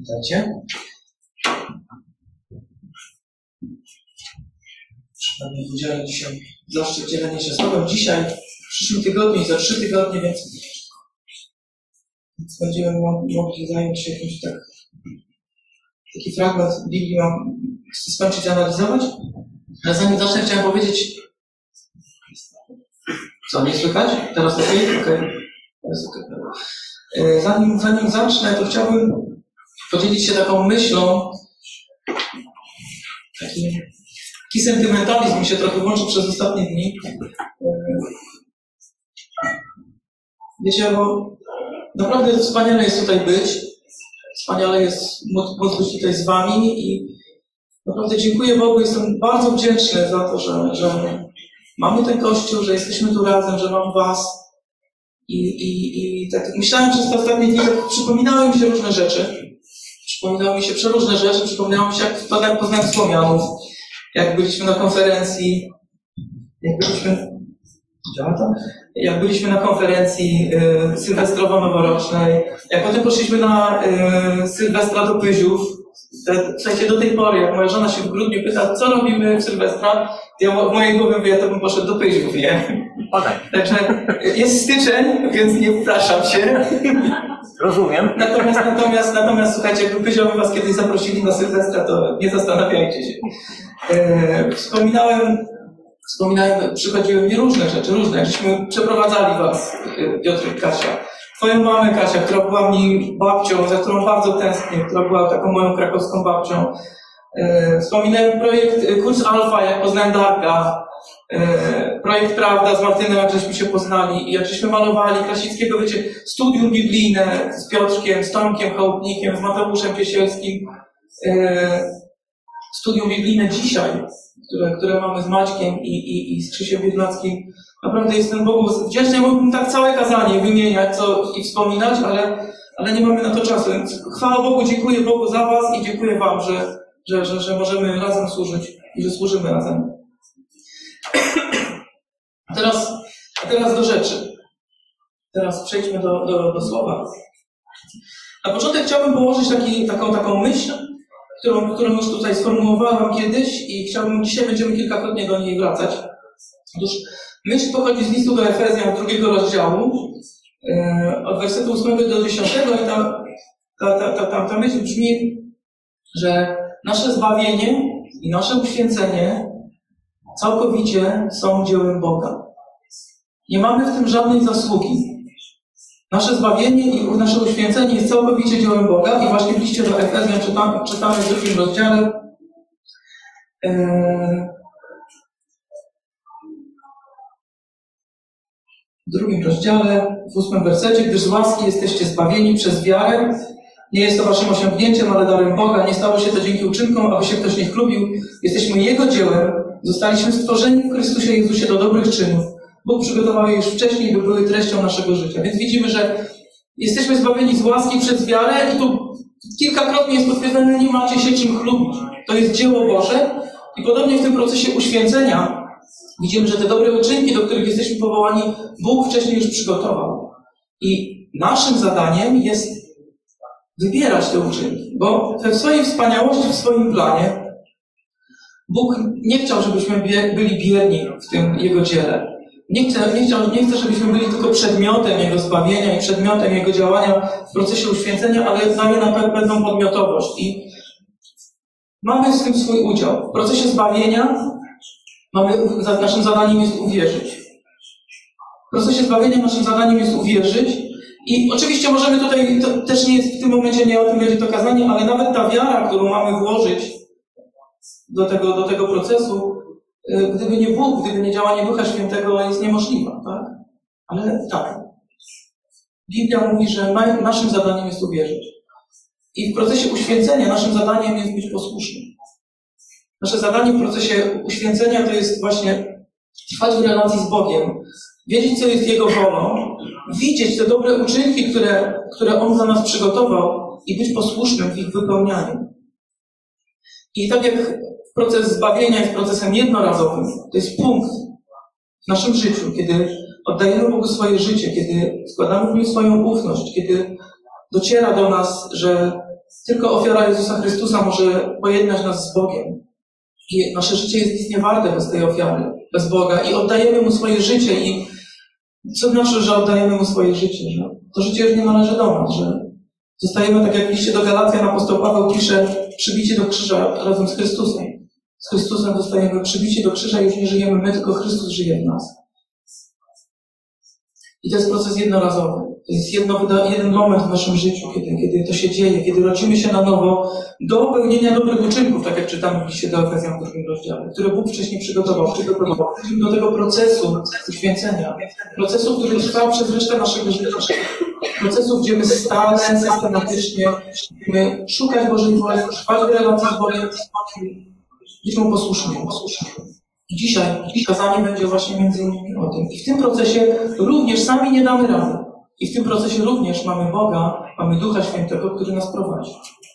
Witajcie. Przypadnie udzielę dzisiaj zaszczyt dzielenia się słowem. Dzisiaj, w przyszłym tygodniu i za 3 tygodnie, więc będziemy mogli zająć się jakimś taki fragment Biblii chcę skończyć analizować. Ale zanim zacznę, chciałem powiedzieć... Co, nie słychać? Teraz okej? Okej. Zanim zacznę, to chciałbym podzielić się taką myślą. Taki sentymentalizm mi się trochę włączył przez ostatnie dni. Wiecie, bo naprawdę wspaniale jest tutaj być. Wspaniale jest móc być tutaj z wami i naprawdę dziękuję Bogu. Jestem bardzo wdzięczny za to, że mamy ten Kościół, że jesteśmy tu razem, że mam was. I tak myślałem przez te ostatnie dni, tak przypominały mi się różne rzeczy. Przypominały mi się przeróżne rzeczy. Przypomniało mi się, jak poznałem Słomianów, jak byliśmy na konferencji, jak byliśmy na konferencji sylwestrowo-noworocznej, jak potem poszliśmy na Sylwestra do Pyziów. Słuchajcie, do tej pory, jak moja żona się w grudniu pyta, co robimy w Sylwestra, ja w mojej głowie mówię, ja to bym poszedł do Pyziów, nie? Okay. Także jest styczeń, więc nie upraszam się. Rozumiem. Natomiast słuchajcie, jakby Pyziowie was kiedyś zaprosili na Sylwestra, to nie zastanawiajcie się. Wspominałem, przychodziły mi różne rzeczy, jak żeśmy przeprowadzali was, Piotr i Kasia. Twoją mamę, Kasia, która była mi babcią, za którą bardzo tęsknię, która była taką moją krakowską babcią. Wspominałem projekt Kurs Alfa, jak poznałem Darka. Projekt Prawda z Martynem, jak żeśmy się poznali i jak żeśmy malowali Krasickiego, wiecie, studium biblijne z Piotrkiem, z Tomkiem Chałupnikiem, z Mateuszem Piesielskim. Studium biblijne dzisiaj, które mamy z Maćkiem i z Krzysiem Biednackim. Naprawdę jestem Bogu wdzięczny. Ja mógłbym tak całe kazanie wymieniać i wspominać, ale nie mamy na to czasu. Więc chwała Bogu, dziękuję Bogu za was i dziękuję wam, że możemy razem służyć i że służymy razem. A teraz do rzeczy. Teraz przejdźmy do słowa. Na początek chciałbym położyć taką myśl, którą już tutaj sformułowałem kiedyś i dzisiaj będziemy kilkakrotnie do niej wracać. Otóż myśl pochodzi z listu do Efezjan 2 rozdziału, od wersetu 8 do 10 i ta myśl brzmi, że nasze zbawienie i nasze uświęcenie całkowicie są dziełem Boga. Nie mamy w tym żadnej zasługi. Nasze zbawienie i nasze uświęcenie jest całkowicie dziełem Boga i właśnie w liście do Efezjan czytamy w 2 rozdziale. W 2 rozdziale, w 8 wersecie, gdyż z łaski jesteście zbawieni przez wiarę. Nie jest to waszym osiągnięciem, ale darem Boga. Nie stało się to dzięki uczynkom, aby się ktoś nie chlubił. Jesteśmy Jego dziełem. Zostaliśmy stworzeni w Chrystusie Jezusie do dobrych czynów. Bóg przygotował je już wcześniej, by były treścią naszego życia. Więc widzimy, że jesteśmy zbawieni z łaski przez wiarę i tu kilkakrotnie jest potwierdzone, nie macie się czym chlubić. To jest dzieło Boże i podobnie w tym procesie uświęcenia widzimy, że te dobre uczynki, do których jesteśmy powołani, Bóg wcześniej już przygotował. I naszym zadaniem jest wybierać te uczynki, bo we swojej wspaniałości, w swoim planie Bóg nie chciał, żebyśmy byli bierni w tym Jego dziele. Nie chce, żebyśmy byli tylko przedmiotem Jego zbawienia i przedmiotem Jego działania w procesie uświęcenia, ale daje nam pewną podmiotowość. I mamy w tym swój udział. W procesie zbawienia naszym zadaniem jest uwierzyć. W procesie zbawienia naszym zadaniem jest uwierzyć. I oczywiście możemy tutaj, to też nie jest w tym momencie, nie o tym będzie to kazanie, ale nawet ta wiara, którą mamy włożyć do tego procesu, gdyby nie Bóg, gdyby nie działanie Ducha Świętego, jest niemożliwa, tak? Ale tak. Biblia mówi, że naszym zadaniem jest uwierzyć. I w procesie uświęcenia naszym zadaniem jest być posłusznym. Nasze zadanie w procesie uświęcenia to jest właśnie trwać w relacji z Bogiem, wiedzieć, co jest Jego wolą, widzieć te dobre uczynki, które On za nas przygotował i być posłusznym w ich wypełnianiu. I tak jak proces zbawienia jest procesem jednorazowym, to jest punkt w naszym życiu, kiedy oddajemy Bogu swoje życie, kiedy składamy w Nim swoją ufność, kiedy dociera do nas, że Tylko ofiara Jezusa Chrystusa może pojednać nas z Bogiem. I nasze życie jest nic nie warte bez tej ofiary, bez Boga. I oddajemy Mu swoje życie. I co znaczy, że oddajemy Mu swoje życie? Że to życie już nie należy do nas, że zostajemy, tak jak w liście do Galacjan apostoł Paweł pisze, przybici do krzyża razem z Chrystusem. Z Chrystusem zostajemy przybici do krzyża i już nie żyjemy my, tylko Chrystus żyje w nas. I to jest proces jednorazowy. To jest jeden moment w naszym życiu, kiedy to się dzieje, kiedy rodzimy się na nowo do pełnienia dobrych uczynków, tak jak czytamy w liście do Efezjan w 2 rozdziale, które Bóg wcześniej przygotował do tego procesu uświęcenia. Procesu, który trwa przez resztę naszego życia. Procesu, gdzie my stale, systematycznie będziemy szukać Bożej woli, trwać w relacji z Bogiem, być Mu posłuszni. I dzisiaj kazanie będzie właśnie między innymi o tym. I w tym procesie również sami nie damy rady. I w tym procesie również mamy Boga, mamy Ducha Świętego, który nas prowadzi.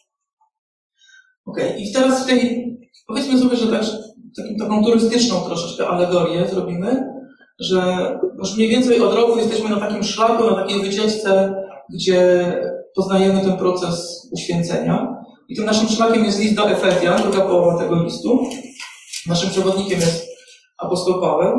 Okej. I teraz powiedzmy sobie, że taką turystyczną troszeczkę alegorię zrobimy, że już mniej więcej od roku jesteśmy na takim szlaku, na takiej wycieczce, gdzie poznajemy ten proces uświęcenia. I tym naszym szlakiem jest list do Efezjan, druga połowa tego listu. Naszym przewodnikiem jest apostoł Paweł.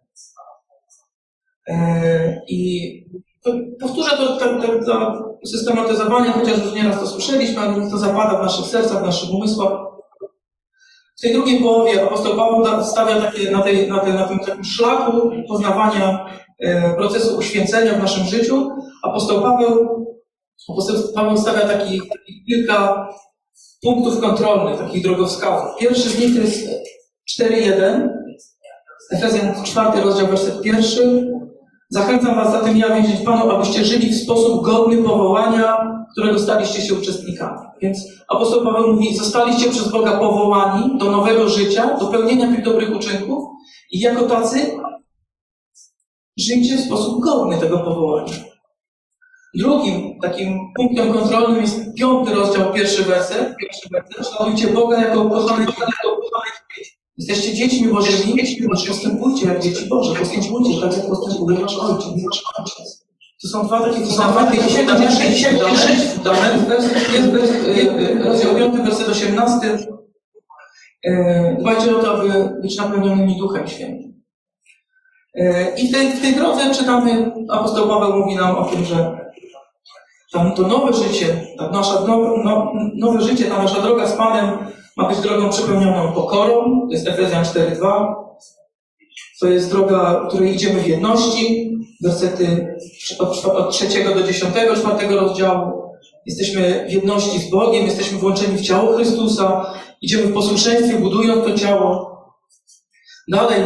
I powtórzę to systematyzowanie, chociaż już nieraz to słyszeliśmy, ale niech to zapada w naszych sercach, w naszych umysłach. W tej drugiej połowie apostoł Paweł stawia na tym takim szlaku poznawania procesu uświęcenia w naszym życiu. Apostoł Paweł stawia takich kilka punktów kontrolnych, takich drogowskazów. Pierwszy z nich to jest 4:1, Efezjan 4 rozdział, werset 1. Zachęcam was zatem ja, więzień Panu, abyście żyli w sposób godny powołania, którego staliście się uczestnikami. Więc apostoł Paweł mówi, zostaliście przez Boga powołani do nowego życia, do pełnienia tych dobrych uczynków i jako tacy żyjcie w sposób godny tego powołania. Drugim takim punktem kontrolnym jest 5 rozdział, pierwszy werset. Szanujcie Boga jako ukochanych dzieci. Jesteście dziećmi Bożymi, postępujcie jak dzieci Boże. Postępujcie tak, jak postępuje wasz Ojciec. To są dwa takie fundamenty. Dzisiaj dane. Rozdział 5, werset 18. Dbajcie o to, aby być napełnionymi Duchem Świętym. I w tej drodze czytamy, apostoł Paweł mówi nam o tym, że to nowe życie, nowe życie, ta nasza droga z Panem ma być drogą przepełnioną pokorą, to jest Efezjan 4:2. To jest droga, której idziemy w jedności, wersety od 3 do 10, 4 rozdziału. Jesteśmy w jedności z Bogiem, jesteśmy włączeni w ciało Chrystusa, idziemy w posłuszeństwie, budując to ciało. Dalej,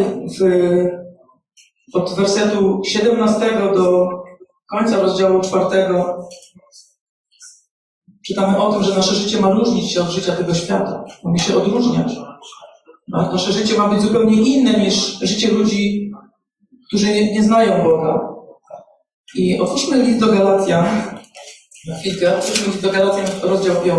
od wersetu 17 do końca rozdziału 4 czytamy o tym, że nasze życie ma różnić się od życia tego świata. Ma się odróżniać. Nasze życie ma być zupełnie inne niż życie ludzi, którzy nie znają Boga. I otwórzmy list do Galacjan. Na chwilkę. Otwórzmy list do Galacjan, rozdział 5.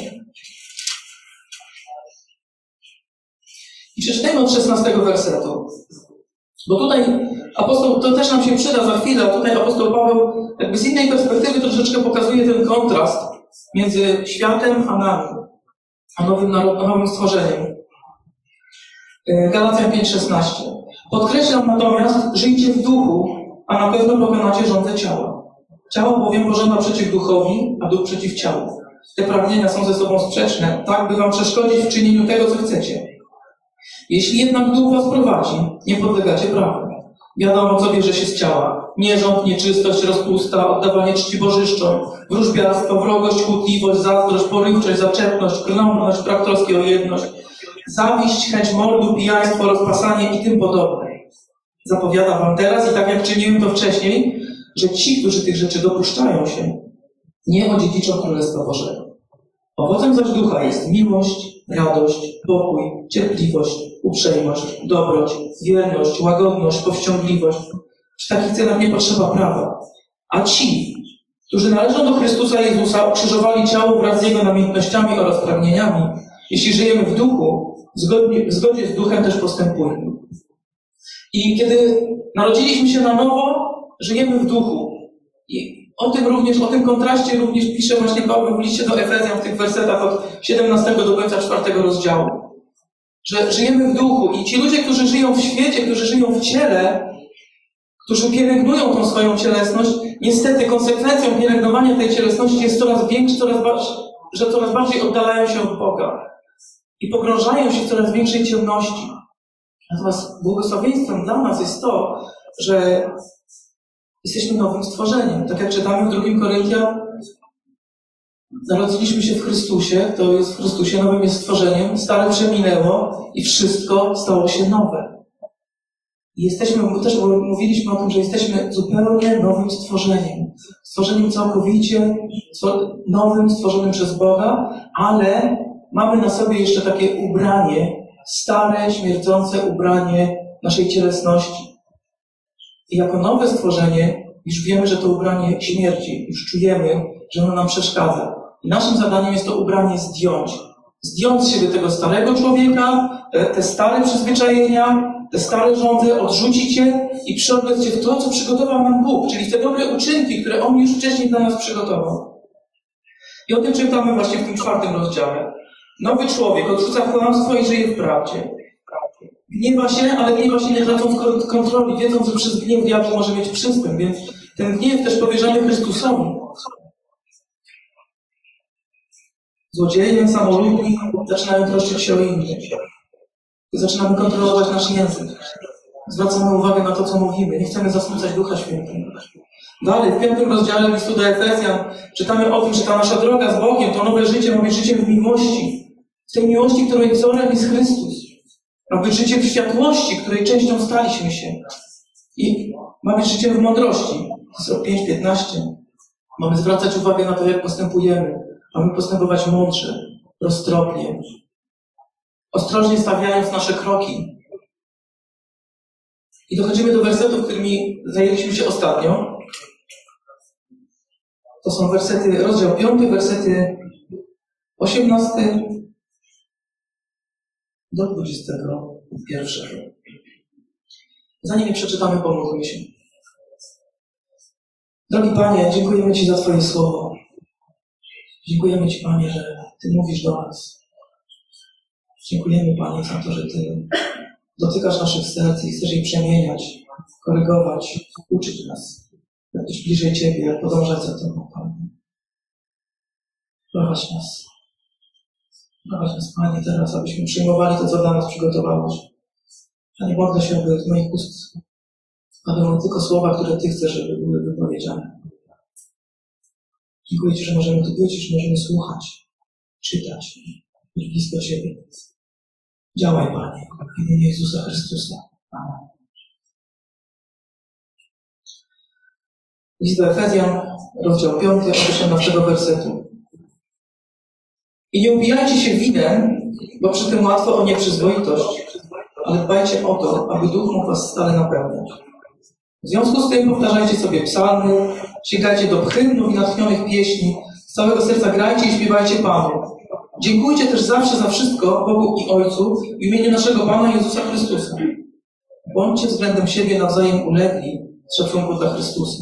I przeczytajmy od 16 wersetu. Bo tutaj apostoł, to też nam się przyda za chwilę, a tutaj apostoł Paweł jakby z innej perspektywy troszeczkę pokazuje ten kontrast między światem a nami, a nowym stworzeniem. Galacjan 5:16. Podkreślam natomiast, żyjcie w duchu, a na pewno pokonacie żądzę ciała. Ciało bowiem pożąda przeciw duchowi, a duch przeciw ciału. Te pragnienia są ze sobą sprzeczne, tak by wam przeszkodzić w czynieniu tego, co chcecie. Jeśli jednak duch was prowadzi, nie podlegacie prawu. Wiadomo, co bierze się z ciała. Nierząd, nieczystość, rozpusta, oddawanie czci bożyszczom, wróżbiarstwo, wrogość, kłótliwość, zazdrość, porywczość, zaczepność, krnąbrność, brak troski o jedność, zawiść, chęć mordu, pijaństwo, rozpasanie i tym podobne. Zapowiadam wam teraz i tak jak czyniłem to wcześniej, że ci, którzy tych rzeczy dopuszczają się, nie odziedziczą Królestwa Bożego. Owocem zaś ducha jest miłość, radość, pokój, cierpliwość, uprzejmość, dobroć, wierność, łagodność, powściągliwość. Przy takich cenach nie potrzeba prawa. A ci, którzy należą do Chrystusa Jezusa, ukrzyżowali ciało wraz z Jego namiętnościami oraz pragnieniami. Jeśli żyjemy w duchu, w zgodzie z duchem też postępujmy. I kiedy narodziliśmy się na nowo, żyjemy w duchu. I o tym kontraście również pisze właśnie Paweł w liście do Efezjan w tych wersetach od 17 do końca 4 rozdziału. Że żyjemy w duchu i ci ludzie, którzy żyją w świecie, którzy żyją w ciele, którzy pielęgnują tą swoją cielesność, niestety konsekwencją pielęgnowania tej cielesności jest coraz większe, że coraz bardziej oddalają się od Boga i pogrążają się w coraz większej ciemności. Natomiast błogosławieństwem dla nas jest to, że jesteśmy nowym stworzeniem. Tak jak czytamy w 2 Koryntian, narodziliśmy się w Chrystusie, kto jest w Chrystusie, nowym jest stworzeniem, stare przeminęło i wszystko stało się nowe. I też mówiliśmy o tym, że jesteśmy zupełnie nowym stworzeniem. Stworzeniem całkowicie nowym, stworzonym przez Boga, ale mamy na sobie jeszcze takie ubranie, stare, śmierdzące ubranie naszej cielesności. I jako nowe stworzenie już wiemy, że to ubranie śmierdzi, już czujemy, że ono nam przeszkadza. I naszym zadaniem jest to ubranie zdjąć. Zdjąć z siebie tego starego człowieka, te stare przyzwyczajenia, te stare żądze, odrzucić je i przeobrać się w to, co przygotował nam Bóg, czyli w te dobre uczynki, które On już wcześniej dla nas przygotował. I o tym czytamy właśnie w tym 4 rozdziale. Nowy człowiek odrzuca kłamstwo i żyje w prawdzie. Gniewa się, ale gniewa się nie tracąc kontroli, wiedząc, że przez gniew diabeł może mieć przystęp, więc ten gniew też powierzamy Chrystusowi. Złodzieje, samolubni zaczynają troszczyć się o innych. Zaczynamy kontrolować nasz język. Zwracamy uwagę na to, co mówimy. Nie chcemy zasmucać Ducha Świętego. Dalej, w 5 rozdziale listu do Efezjan czytamy o tym, że ta nasza droga z Bogiem, to nowe życie ma być życiem w miłości. W tej miłości, której wzorem jest Chrystus. Ma być życiem w światłości, której częścią staliśmy się. I ma być życiem w mądrości. To jest 5:15. Mamy zwracać uwagę na to, jak postępujemy. Mamy postępować mądrze, roztropnie, ostrożnie stawiając nasze kroki. I dochodzimy do wersetów, którymi zajęliśmy się ostatnio. To są wersety, rozdział 5, wersety 18 do 21. Zanim je przeczytamy, pomódlmy się. Drogi Panie, dziękujemy Ci za Twoje słowo. Dziękujemy Ci, Panie, że Ty mówisz do nas. Dziękujemy, Panie, za to, że Ty dotykasz naszych serc i chcesz je przemieniać, korygować, uczyć nas, jak być bliżej Ciebie, jak podążać za Tobą, Panie. Prowadź nas. Prowadź nas, Panie, teraz, abyśmy przyjmowali to, co dla nas przygotowałeś. Panie, modlę się, aby z moich ust padały tylko słowa, które Ty chcesz, żeby były wypowiedziane. Dziękuję Ci, że możemy tu być, że możemy słuchać, czytać, być blisko Ciebie. Działaj, Panie, w imieniu Jezusa Chrystusa. Amen. List do Efezjan, rozdział 5, od 18 wersetu. I nie upijajcie się winem, bo przy tym łatwo o nieprzyzwoitość, ale dbajcie o to, aby Duch mógł was stale napełniać. W związku z tym powtarzajcie sobie psalmy, sięgajcie do hymnów i natchnionych pieśni, z całego serca grajcie i śpiewajcie Panu. Dziękujcie też zawsze za wszystko Bogu i Ojcu w imieniu naszego Pana Jezusa Chrystusa. Bądźcie względem siebie nawzajem ulegli z szacunku dla Chrystusa.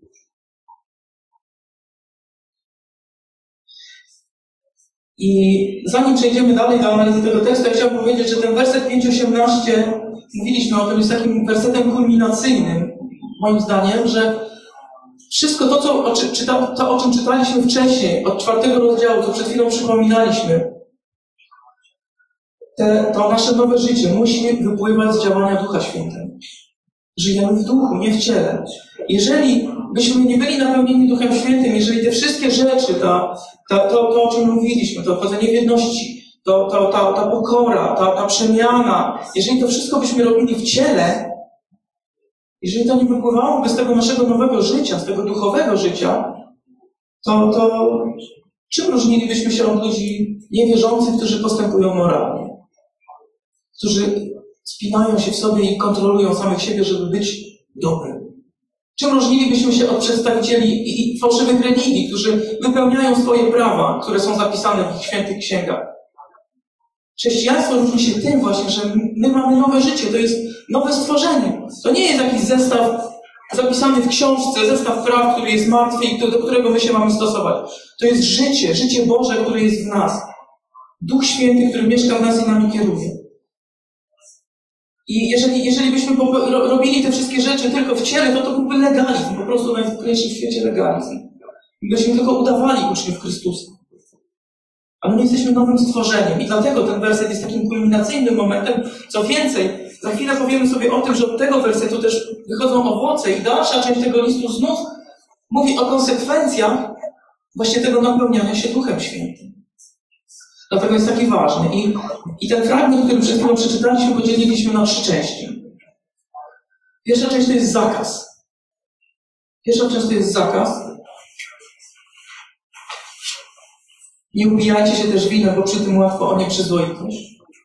I zanim przejdziemy dalej do analizy tego tekstu, ja chciałbym powiedzieć, że ten werset 5:18, mówiliśmy o tym, jest takim wersetem kulminacyjnym, moim zdaniem, że wszystko to, o czym czytaliśmy wcześniej, od 4 rozdziału, co przed chwilą przypominaliśmy, to nasze nowe życie musi wypływać z działania Ducha Świętego. Żyjemy w duchu, nie w ciele. Jeżeli byśmy nie byli napełnieni Duchem Świętym, jeżeli te wszystkie rzeczy, to o czym mówiliśmy, to wchodzenie w jedności, ta pokora, ta przemiana, jeżeli to wszystko byśmy robili w ciele, jeżeli to nie wypływałoby z tego naszego nowego życia, z tego duchowego życia, to czym różnilibyśmy się od ludzi niewierzących, którzy postępują moralnie? Którzy spinają się w sobie i kontrolują samych siebie, żeby być dobrym. Czym różnilibyśmy się od przedstawicieli i fałszywych religii, którzy wypełniają swoje prawa, które są zapisane w ich świętych księgach? Chrześcijaństwo różni się tym właśnie, że my mamy nowe życie, to jest nowe stworzenie. To nie jest jakiś zestaw zapisany w książce, zestaw praw, który jest martwy i do którego my się mamy stosować. To jest życie Boże, które jest w nas. Duch Święty, który mieszka w nas i nami kieruje. I jeżeli byśmy robili te wszystkie rzeczy tylko w ciele, to byłby legalizm, po prostu najwykryjszy w świecie legalizm. Byśmy tylko udawali uczniów Chrystusa. Ale my jesteśmy nowym stworzeniem i dlatego ten werset jest takim kulminacyjnym momentem. Co więcej, za chwilę powiemy sobie o tym, że od tego wersetu też wychodzą owoce i dalsza część tego listu znów mówi o konsekwencjach właśnie tego napełniania się Duchem Świętym. Dlatego jest taki ważny. I ten fragment, który przed chwilą przeczytaliśmy, podzieliliśmy na 3 części. Pierwsza część to jest zakaz. Pierwsza część to jest zakaz. Nie upijajcie się też winem, bo przy tym łatwo o nieprzyzwoitość.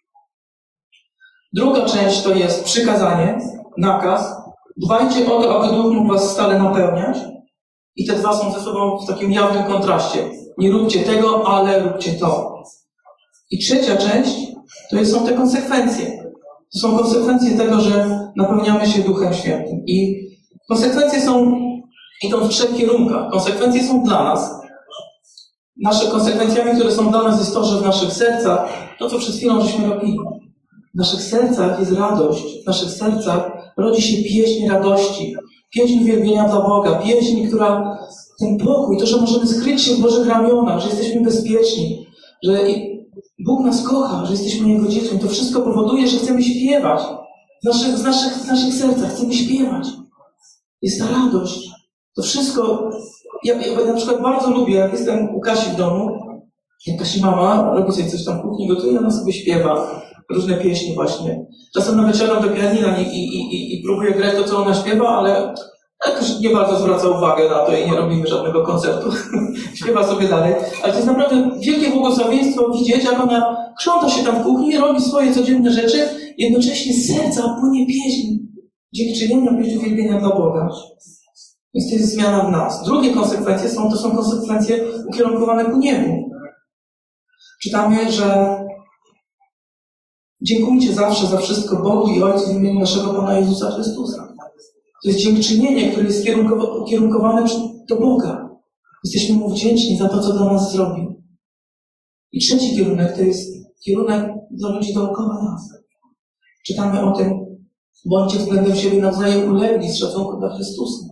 Druga część to jest przykazanie, nakaz. Dbajcie o to, aby Duch mógł was stale napełniać. I te dwa są ze sobą w takim jawnym kontraście. Nie róbcie tego, ale róbcie to. I trzecia część to są te konsekwencje. To są konsekwencje tego, że napełniamy się Duchem Świętym. I konsekwencje idą w 3 kierunkach. Konsekwencje są dla nas. Nasze konsekwencjami, które są dla nas, jest to, że w naszych sercach, to co przed chwilą żeśmy robili, w naszych sercach jest radość. W naszych sercach rodzi się pieśń radości. Pieśń uwielbienia dla Boga. Pieśń, która ten pokój, to, że możemy skryć się w Bożych ramionach, że jesteśmy bezpieczni, że Bóg nas kocha, że jesteśmy Jego dziećmi. To wszystko powoduje, że chcemy śpiewać. W naszych sercach chcemy śpiewać. Jest ta radość. To wszystko... Ja na przykład bardzo lubię, jak jestem u Kasi w domu, jak Kasi mama robi sobie coś tam w kuchni, gotuje, ona sobie śpiewa różne pieśni właśnie. Czasem nawet siadam do pianina i próbuję grać to, co ona śpiewa, ale jakoś nie bardzo zwraca uwagę na to i nie robimy żadnego koncertu. Śpiewa sobie dalej. Ale to jest naprawdę wielkie błogosławieństwo widzieć, jak ona krząta się tam w kuchni, robi swoje codzienne rzeczy, jednocześnie z serca płynie pieśń dziękczynienia, pieśń uwielbienia dla Boga. Więc to jest zmiana w nas. Drugie konsekwencje to są konsekwencje ukierunkowane ku niebu. Czytamy, że dziękujcie zawsze za wszystko Bogu i Ojcu w imieniu naszego Pana Jezusa Chrystusa. To jest dziękczynienie, które jest ukierunkowane do Boga. Jesteśmy Mu wdzięczni za to, co dla nas zrobił. I trzeci kierunek to jest kierunek dla ludzi dookoła nas. Czytamy o tym, bądźcie względem siebie nawzajem ulegli z szacunku dla Chrystusa.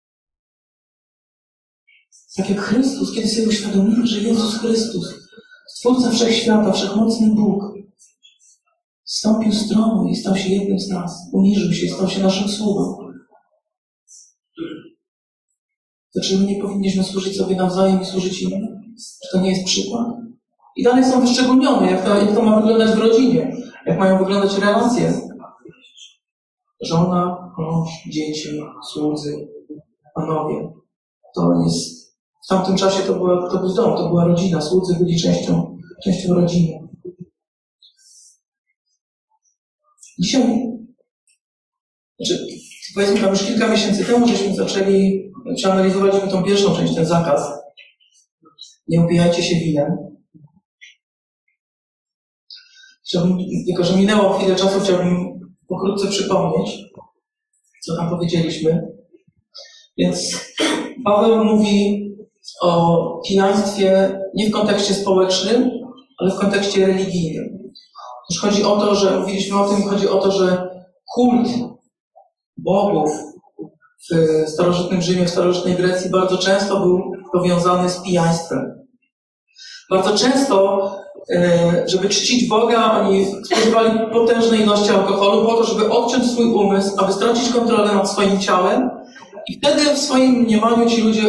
Tak jak Chrystus, kiedy sobie uświadomimy, że Jezus Chrystus, Stwórca Wszechświata, Wszechmocny Bóg, zstąpił z tronu i stał się jednym z nas, uniżył się i stał się naszym sługą. To czy my nie powinniśmy służyć sobie nawzajem i służyć innym? Czy to nie jest przykład? I dalej są wyszczególnione, jak to ma wyglądać w rodzinie, jak mają wyglądać relacje. Żona, mąż, dzieci, słudzy, panowie. To jest... W tamtym czasie to był dom, to była rodzina. Słudzy byli częścią rodziny. Dzisiaj, powiedzmy tam już kilka miesięcy temu, żeśmy zaczęli przeanalizować tą pierwszą część, ten zakaz. Nie upijajcie się winem. Jako że minęło chwilę czasu, chciałbym pokrótce przypomnieć, co tam powiedzieliśmy. Więc Paweł mówi o pijaństwie nie w kontekście społecznym, ale w kontekście religijnym. Już chodzi o to, że mówiliśmy o tym, chodzi o to, że kult bogów w starożytnym Rzymie, w starożytnej Grecji bardzo często był powiązany z pijaństwem. Bardzo często, żeby czcić Boga, oni spożywali potężne ilości alkoholu po to, żeby odciąć swój umysł, aby stracić kontrolę nad swoim ciałem. I wtedy w swoim mniemaniu ci ludzie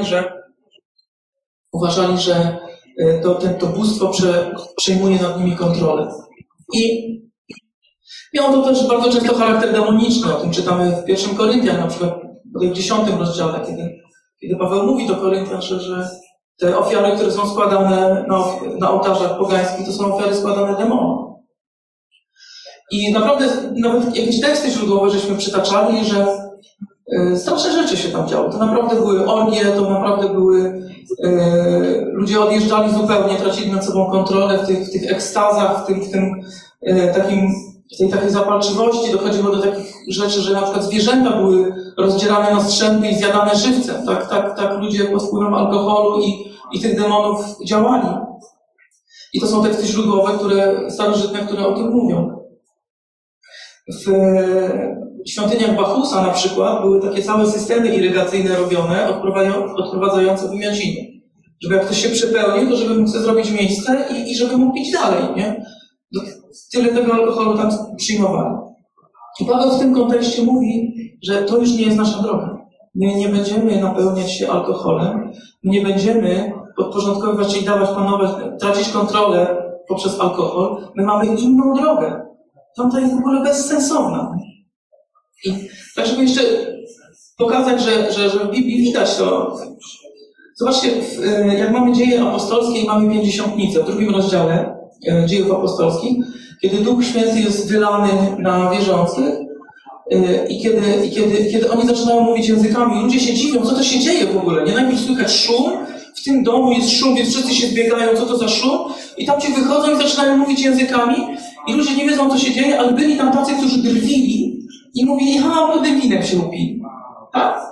uważali, że to bóstwo przejmuje nad nimi kontrolę. I miało to też bardzo często charakter demoniczny. O tym czytamy w 1 Koryntian, na przykład w 10 rozdziale, kiedy Paweł mówi do Koryntian, że te ofiary, które są składane na ołtarzach pogańskich, to są ofiary składane demonom. I naprawdę nawet jakieś teksty źródłowe żeśmy przytaczali, że straszne rzeczy się tam działy. To naprawdę były orgie, to naprawdę były... ludzie odjeżdżali zupełnie, tracili nad sobą kontrolę w tych ekstazach, w tym takim w tej takiej zapalczywości dochodziło do takich rzeczy, że na przykład zwierzęta były rozdzierane na strzępy i zjadane żywcem. Tak ludzie pod wpływem alkoholu i tych demonów działali. I to są teksty źródłowe, starożytne, które o tym mówią. W świątyniach Bachusa na przykład były takie całe systemy irygacyjne robione, odprowadzające wymiaciny. Żeby jak ktoś się przepełnił, to żeby mógł sobie zrobić miejsce i żeby mógł pić dalej, nie? Tyle tego alkoholu tam przyjmowali. I Paweł w tym kontekście mówi, że to już nie jest nasza droga. My nie będziemy napełniać się alkoholem, my nie będziemy podporządkowywać, czyli dawać, panować, tracić kontrolę poprzez alkohol. My mamy inną drogę. Tamta jest w ogóle bezsensowna. I tak, żeby jeszcze pokazać, że w Biblii widać to. Zobaczcie, jak mamy dzieje apostolskie i mamy pięćdziesiątnicę w 2 rozdziale dziejów apostolskich, kiedy Duch Święty jest wylany na wierzących i kiedy oni zaczynają mówić językami, ludzie się dziwią, co to się dzieje w ogóle. Nie, najpierw słychać szum, w tym domu jest szum, więc wszyscy się zbiegają, co to za szum, i tam ci wychodzą i zaczynają mówić językami i ludzie nie wiedzą, co się dzieje, ale byli tam tacy, którzy drwili i mówili, młodym winem się upili. Tak?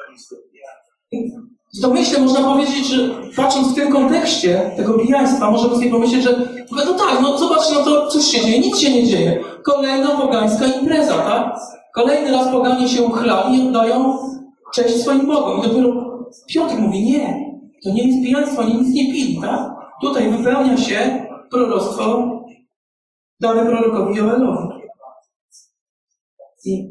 W domyśle można powiedzieć, że patrząc w tym kontekście tego pijaństwa, możemy sobie pomyśleć, że no tak, no zobacz, no to cóż się dzieje? Nic się nie dzieje. Kolejna pogańska impreza, tak? Kolejny raz poganie się uchlali i oddają cześć swoim Bogom. I dopiero Piotr mówi, nie, to nie jest pijaństwo, oni nic nie pili, tak? Tutaj wypełnia się proroctwo dane prorokowi Joelowi. I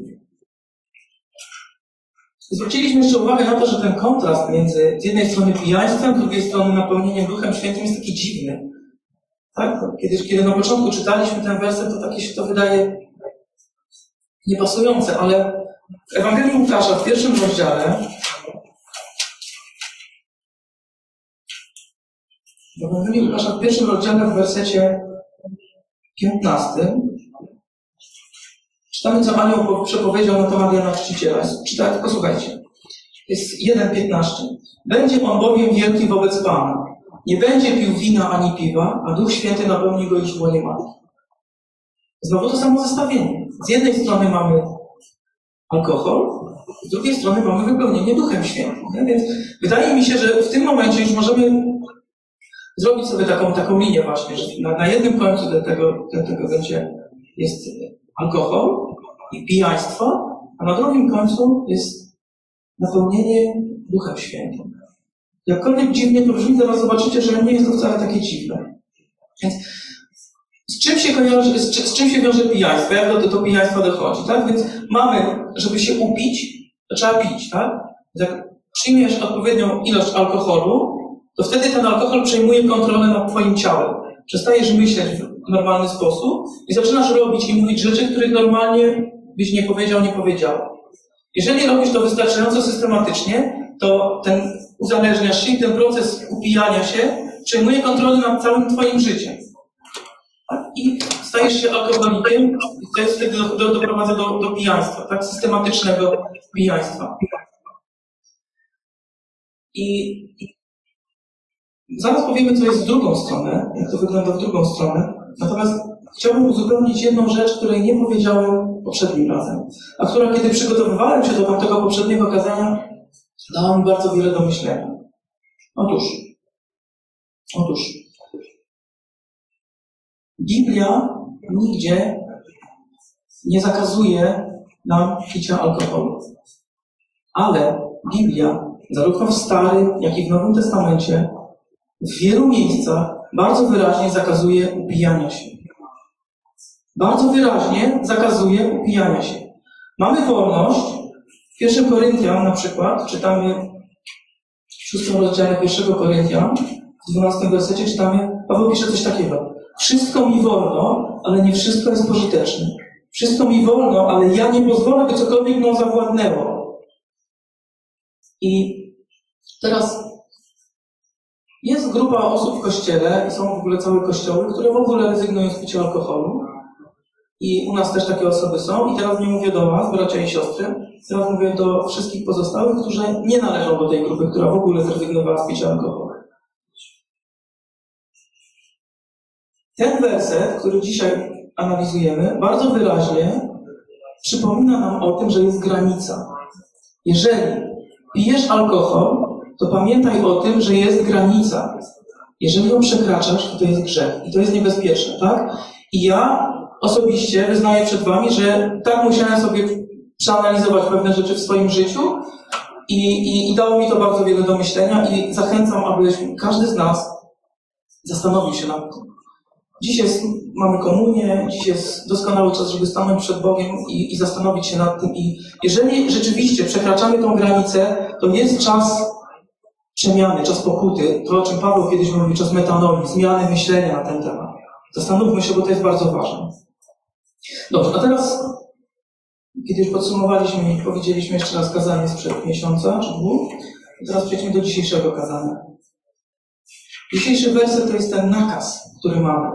zwróciliśmy jeszcze uwagę na to, że ten kontrast między z jednej strony pijaństwem, z drugiej strony napełnieniem Duchem Świętym jest taki dziwny. Tak? Kiedy na początku czytaliśmy ten werset, to takie się to wydaje niepasujące, ale w Ewangelii Łukasza w 1 rozdziale w wersecie 15 czytamy, co anioł przepowiedział na temat Jana Chrzciciela. Czytaj, posłuchajcie. Jest 1:15. Będzie on bowiem wielki wobec Pana. Nie będzie pił wina ani piwa, a Duch Święty napełni go iż łonie matki. Znowu to samo zestawienie. Z jednej strony mamy alkohol, z drugiej strony mamy wypełnienie Duchem Świętym. Nie? Więc wydaje mi się, że w tym momencie już możemy zrobić sobie taką linię właśnie, że na jednym końcu tego będzie jest alkohol i pijaństwo, a na drugim końcu jest napełnienie Duchem Świętym. Jakkolwiek dziwnie to brzmi, zaraz zobaczycie, że nie jest to wcale takie dziwne. Więc z czym się wiąże pijaństwo? Jak do pijaństwa dochodzi, tak? Więc mamy, żeby się upić, to trzeba pić, tak? Jak przyjmiesz odpowiednią ilość alkoholu, to wtedy ten alkohol przejmuje kontrolę nad twoim ciałem. Przestajesz myśleć w normalny sposób i zaczynasz robić i mówić rzeczy, których normalnie byś nie powiedział, nie powiedziała. Jeżeli robisz to wystarczająco systematycznie, to uzależniasz się i ten proces upijania się przejmuje kontrolę nad całym twoim życiem. I stajesz się alkoholikiem i to jest wtedy doprowadza do pijaństwa, tak? Systematycznego pijaństwa. I zaraz powiemy, co jest w drugą stronę, jak to wygląda w drugą stronę. Natomiast chciałbym uzupełnić jedną rzecz, której nie powiedziałem poprzednim razem, a która, kiedy przygotowywałem się do tamtego poprzedniego kazania, dała mi bardzo wiele do myślenia. Otóż, Biblia nigdzie nie zakazuje nam picia alkoholu. Ale Biblia, zarówno w Starym, jak i w Nowym Testamencie, w wielu miejscach bardzo wyraźnie zakazuje upijania się. Bardzo wyraźnie zakazuje upijania się. Mamy wolność. W 1 Koryntian na przykład czytamy w 6 rozdziale 1 Koryntian, w 12 wersecie czytamy, Paweł pisze coś takiego. Wszystko mi wolno, ale nie wszystko jest pożyteczne. Wszystko mi wolno, ale ja nie pozwolę, by cokolwiek mną zawładnęło. I teraz jest grupa osób w Kościele, i są w ogóle całe kościoły, które w ogóle rezygnują z picia alkoholu. I u nas też takie osoby są. I teraz nie mówię do was, bracia i siostry, teraz mówię do wszystkich pozostałych, którzy nie należą do tej grupy, która w ogóle zrezygnowała z picia alkoholu. Ten werset, który dzisiaj analizujemy, bardzo wyraźnie przypomina nam o tym, że jest granica. Jeżeli pijesz alkohol, to pamiętaj o tym, że jest granica. Jeżeli ją przekraczasz, to jest grzech i to jest niebezpieczne, tak? I ja osobiście wyznaję przed wami, że tak musiałem sobie przeanalizować pewne rzeczy w swoim życiu i dało mi to bardzo wiele do myślenia i zachęcam, aby każdy z nas zastanowił się nad tym. Dziś mamy komunię, dziś jest doskonały czas, żeby stanąć przed Bogiem i zastanowić się nad tym. I jeżeli rzeczywiście przekraczamy tą granicę, to jest czas przemiany, czas pokuty. To, o czym Paweł kiedyś mówił, czas metanoli, zmiany myślenia na ten temat. Zastanówmy się, bo to jest bardzo ważne. Dobrze, a teraz, kiedy już podsumowaliśmy i powiedzieliśmy jeszcze raz kazanie sprzed miesiąca czy dwóch, teraz przejdźmy do dzisiejszego kazania. Dzisiejszy werset to jest ten nakaz, który mamy.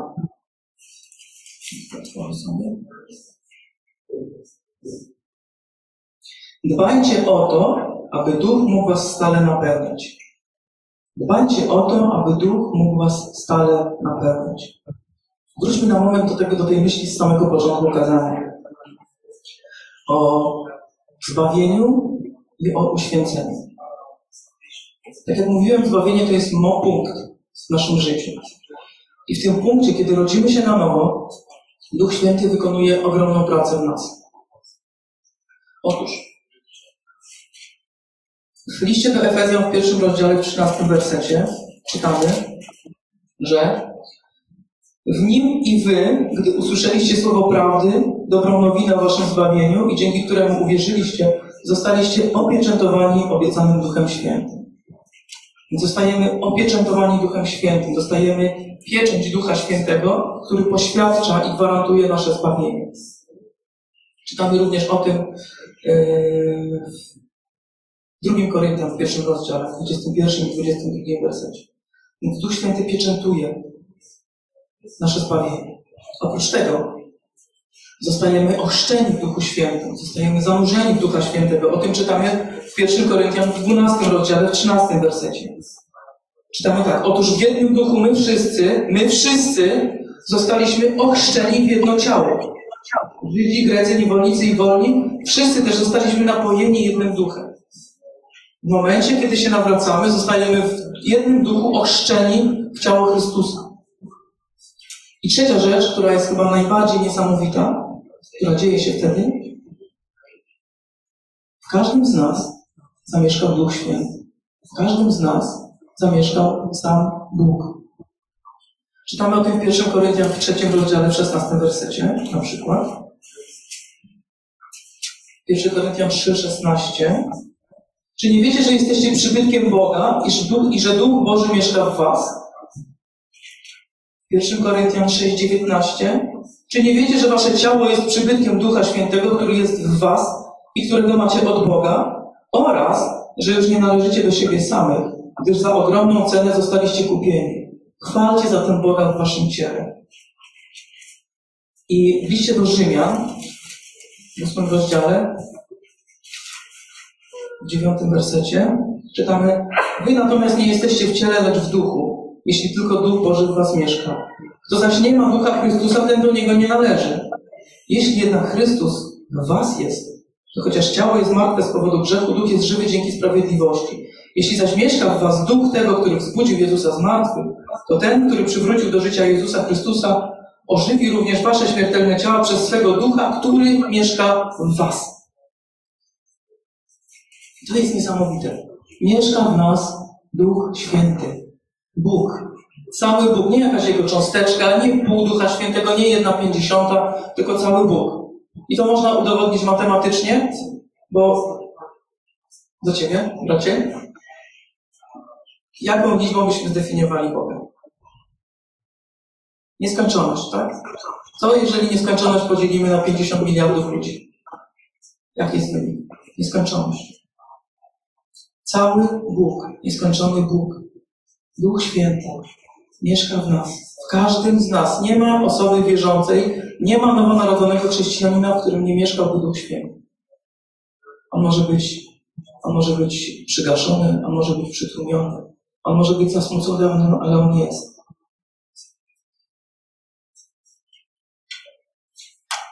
Dbajcie o to, aby Duch mógł was stale napełniać. Dbajcie o to, aby Duch mógł was stale napełniać. Wróćmy na moment do tej myśli z samego początku kazania. O zbawieniu i o uświęceniu. Tak jak mówiłem, zbawienie to jest punkt w naszym życiu. I w tym punkcie, kiedy rodzimy się na nowo, Duch Święty wykonuje ogromną pracę w nas. Otóż, w liście do Efezjan w 1 rozdziale, w 13 wersecie czytamy, że w nim i wy, gdy usłyszeliście słowo prawdy, dobrą nowinę o waszym zbawieniu i dzięki któremu uwierzyliście, zostaliście opieczętowani obiecanym Duchem Świętym. Więc zostajemy opieczętowani Duchem Świętym, dostajemy pieczęć Ducha Świętego, który poświadcza i gwarantuje nasze zbawienie. Czytamy również o tym w 2 Koryntian w 1 rozdziale, w 21 i 22 wersecie. Więc Duch Święty pieczętuje nasze zbawienie. Oprócz tego zostajemy ochrzczeni w Duchu Świętym, zostajemy zanurzeni w Ducha Świętego. O tym czytamy w 1 Koryntian w 12 rozdziale, w 13 wersecie. Czytamy tak. Otóż w jednym duchu my wszyscy zostaliśmy ochrzczeni w jedno ciało. Żydzi, Grecy, niewolnicy i wolni, wszyscy też zostaliśmy napojeni jednym duchem. W momencie, kiedy się nawracamy, zostajemy w jednym duchu ochrzczeni w ciało Chrystusa. I trzecia rzecz, która jest chyba najbardziej niesamowita, która dzieje się wtedy, w każdym z nas zamieszkał Duch Święty. W każdym z nas zamieszkał sam Bóg. Czytamy o tym w 1 Koryntian w 3 rozdziale, w 16 wersecie, na przykład. 1 Koryntian 3,16. Czy nie wiecie, że jesteście przybytkiem Boga i że Duch Boży mieszka w was? 1 Koryntian 6,19. Czy nie wiecie, że wasze ciało jest przybytkiem Ducha Świętego, który jest w was i którego macie od Boga? Oraz, że już nie należycie do siebie samych, gdyż za ogromną cenę zostaliście kupieni. Chwalcie zatem Boga w waszym ciele. I w liście do Rzymian, w 8 rozdziale, w 9 wersecie, czytamy: Wy natomiast nie jesteście w ciele, lecz w duchu, jeśli tylko Duch Boży w was mieszka. Kto zaś nie ma Ducha Chrystusa, ten do Niego nie należy. Jeśli jednak Chrystus w was jest, to chociaż ciało jest martwe z powodu grzechu, Duch jest żywy dzięki sprawiedliwości. Jeśli zaś mieszka w was Duch tego, który wzbudził Jezusa z martwych, to ten, który przywrócił do życia Jezusa Chrystusa, ożywi również wasze śmiertelne ciała przez swego Ducha, który mieszka w was. To jest niesamowite. Mieszka w nas Duch Święty. Bóg. Cały Bóg. Nie jakaś jego cząsteczka, nie pół Ducha Świętego, nie 1/50, tylko cały Bóg. I to można udowodnić matematycznie, bo... Do ciebie, bracie? Jaką liczbą byśmy zdefiniowali Boga? Nieskończoność, tak? Co jeżeli nieskończoność podzielimy na 50 miliardów ludzi? Jaki jest wynik? Nieskończoność. Cały Bóg, nieskończony Bóg, Duch Święty mieszka w nas, w każdym z nas. Nie ma osoby wierzącej, nie ma nowonarodzonego chrześcijanina, w którym nie mieszkałby Duch Święty. On może być przygaszony, on może być przytłumiony, on może być zasmucony, ale on jest.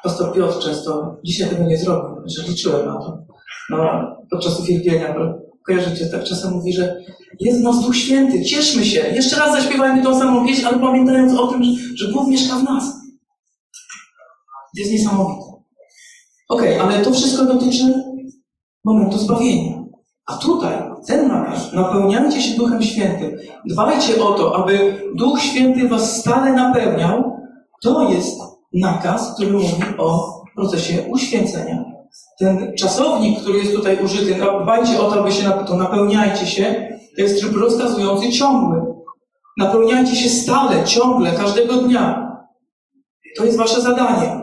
pastor Piotr często, dzisiaj tego nie zrobił, że liczyłem na to, podczas uwielbienia. Kojarzycie, tak czasem mówi, że jest w nas Duch Święty, cieszmy się, jeszcze raz zaśpiewajmy tą samą pieśń, ale pamiętając o tym, że Bóg mieszka w nas. To jest niesamowite. Okej, ale to wszystko dotyczy momentu zbawienia. A tutaj, ten nakaz, napełniajcie się Duchem Świętym. Dbajcie o to, aby Duch Święty was stale napełniał. To jest nakaz, który mówi o procesie uświęcenia. Ten czasownik, który jest tutaj użyty, dbajcie o to, aby się napełniajcie się, to jest tryb rozkazujący ciągły. Napełniajcie się stale, ciągle, każdego dnia. To jest wasze zadanie.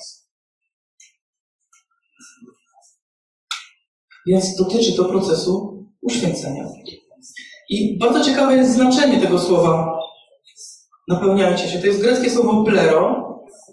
Więc dotyczy to procesu uświęcenia. I bardzo ciekawe jest znaczenie tego słowa napełniajcie się. To jest greckie słowo plero.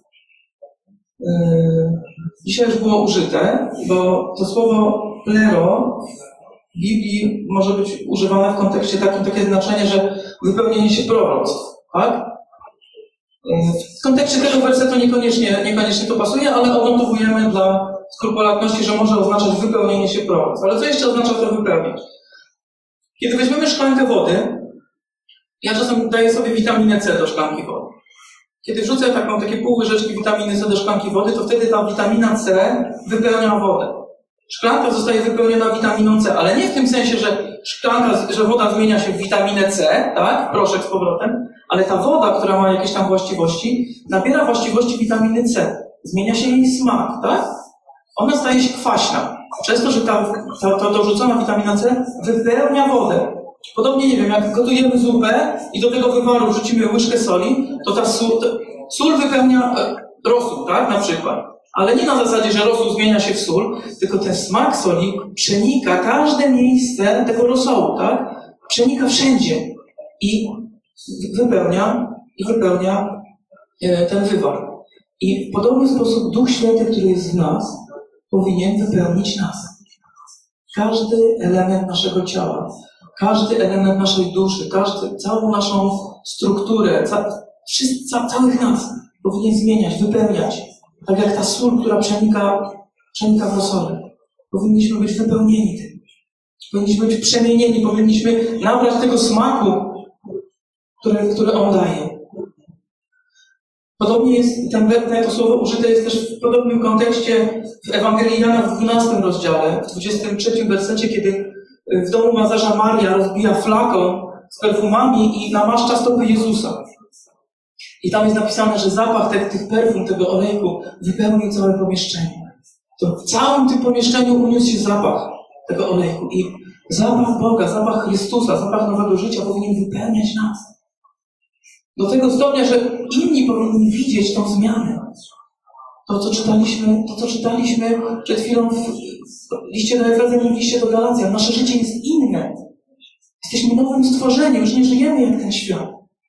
Dzisiaj już było użyte, bo to słowo plero w Biblii może być używane w kontekście takim, takie znaczenie, że wypełnienie się proroctw. Tak? W kontekście tego wersetu niekoniecznie to pasuje, ale odnotowujemy dla skrupulatności, że może oznaczać wypełnienie się proroctw. Ale co jeszcze oznacza to wypełniać? Kiedy weźmiemy szklankę wody, ja czasem daję sobie witaminę C do szklanki wody. Kiedy wrzucę takie pół łyżeczki witaminy C do szklanki wody, to wtedy ta witamina C wypełnia wodę. Szklanka zostaje wypełniona witaminą C, ale nie w tym sensie, że woda zmienia się w witaminę C, tak? Proszek z powrotem, ale ta woda, która ma jakieś tam właściwości, nabiera właściwości witaminy C. Zmienia się jej smak, tak? Ona staje się kwaśna. Przez to, że ta dorzucona witamina C wypełnia wodę. Podobnie, nie wiem, jak gotujemy zupę i do tego wywaru wrzucimy łyżkę soli, to ta sól wypełnia rosół, tak? Na przykład. Ale nie na zasadzie, że rosół zmienia się w sól, tylko ten smak soli przenika każde miejsce tego rosołu, tak? Przenika wszędzie i wypełnia ten wywar. I w podobny sposób Duch Święty, który jest w nas, powinien wypełnić nas. Każdy element naszego ciała, każdy element naszej duszy, całą naszą strukturę, całych nas powinien zmieniać, wypełniać. Tak jak ta sól, która przenika w rosole. Powinniśmy być wypełnieni tym. Powinniśmy być przemienieni, powinniśmy nabrać tego smaku, który On daje. Podobnie jest, to słowo użyte jest też w podobnym kontekście w Ewangelii Jana w 12 rozdziale, w 23 wersecie, kiedy w domu Łazarza Maria rozbija flakon z perfumami i namaszcza stopy Jezusa. I tam jest napisane, że zapach tych perfum, tego olejku wypełnił całe pomieszczenie. To w całym tym pomieszczeniu uniósł się zapach tego olejku. I zapach Boga, zapach Chrystusa, zapach nowego życia powinien wypełniać nas. Do tego stopnia, że inni powinni widzieć tą zmianę. To, co czytaliśmy przed chwilą w liście do Efezjan i w liście do Galacjan. Nasze życie jest inne. Jesteśmy nowym stworzeniem, już nie żyjemy jak ten świat.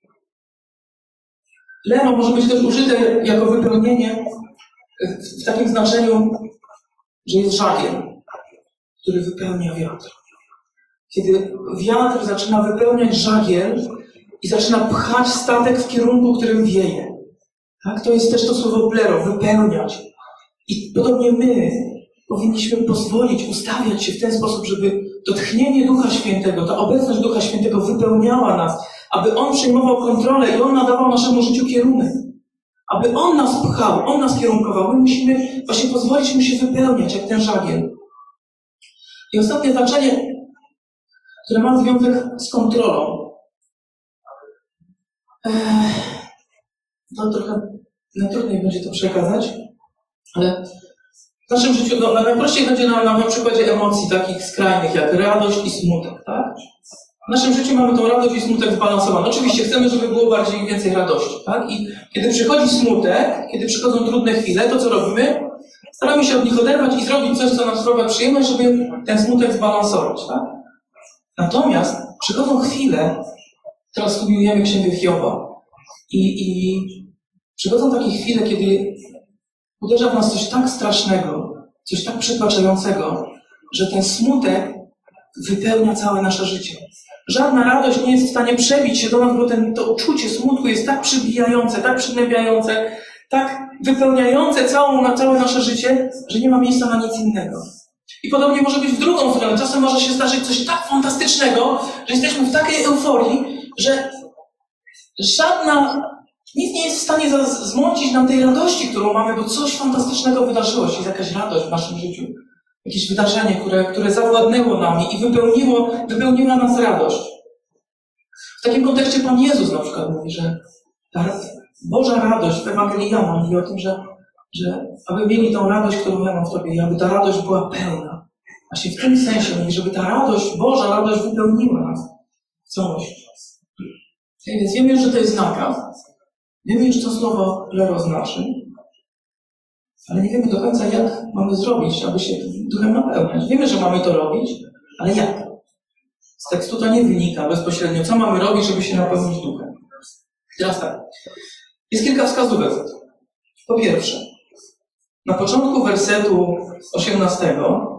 Leno może być też użyte jako wypełnienie w takim znaczeniu, że jest żagiel, który wypełnia wiatr. Kiedy wiatr zaczyna wypełniać żagiel i zaczyna pchać statek w kierunku, którym wieje. Tak? To jest też to słowo plero, wypełniać. I podobnie my powinniśmy pozwolić, ustawiać się w ten sposób, żeby to tchnienie Ducha Świętego, ta obecność Ducha Świętego wypełniała nas, aby On przejmował kontrolę i On nadawał naszemu życiu kierunek. Aby On nas pchał, On nas kierunkował. My musimy właśnie pozwolić Mu się wypełniać, jak ten żagiel. I ostatnie znaczenie, które ma związek z kontrolą. To trochę trudniej będzie to przekazać, ale w naszym życiu najprościej będzie na przykładzie emocji takich skrajnych, jak radość i smutek, tak? W naszym życiu mamy tą radość i smutek zbalansowane. Oczywiście chcemy, żeby było bardziej i więcej radości, tak? I kiedy przychodzi smutek, kiedy przychodzą trudne chwile, to co robimy? Staramy się od nich oderwać i zrobić coś, co nam sprawia przyjemność, żeby ten smutek zbalansować, tak? Natomiast przychodzą chwile, teraz studiujemy Księgę Hioba i przychodzą takie chwile, kiedy uderza w nas coś tak strasznego, coś tak przytłaczającego, że ten smutek wypełnia całe nasze życie. Żadna radość nie jest w stanie przebić się do nas, bo to uczucie smutku jest tak przybijające, tak przygnębiające, tak wypełniające całe nasze życie, że nie ma miejsca na nic innego. I podobnie może być w drugą stronę. Czasem może się zdarzyć coś tak fantastycznego, że jesteśmy w takiej euforii, że nic nie jest w stanie zmącić nam tej radości, którą mamy, bo coś fantastycznego wydarzyło się, jest jakaś radość w naszym życiu. Jakieś wydarzenie, które zawładnęło nami i wypełniła nas radość. W takim kontekście Pan Jezus na przykład mówi, że ta Boża radość w Ewangelii Jana mówi o tym, że aby mieli tą radość, którą ja mam w Tobie, aby ta radość była pełna. Właśnie w tym sensie mówi, żeby ta radość, Boża radość wypełniła nas w całości. I więc wiemy już, że to jest nakaz. Wiemy już, co słowo klero znaczy. Ale nie wiemy do końca, jak mamy zrobić, aby się duchem napełniać. Wiemy, że mamy to robić, ale jak? Z tekstu to nie wynika bezpośrednio, co mamy robić, żeby się napełnić duchem. Teraz tak. Jest kilka wskazówek. Po pierwsze, na początku wersetu 18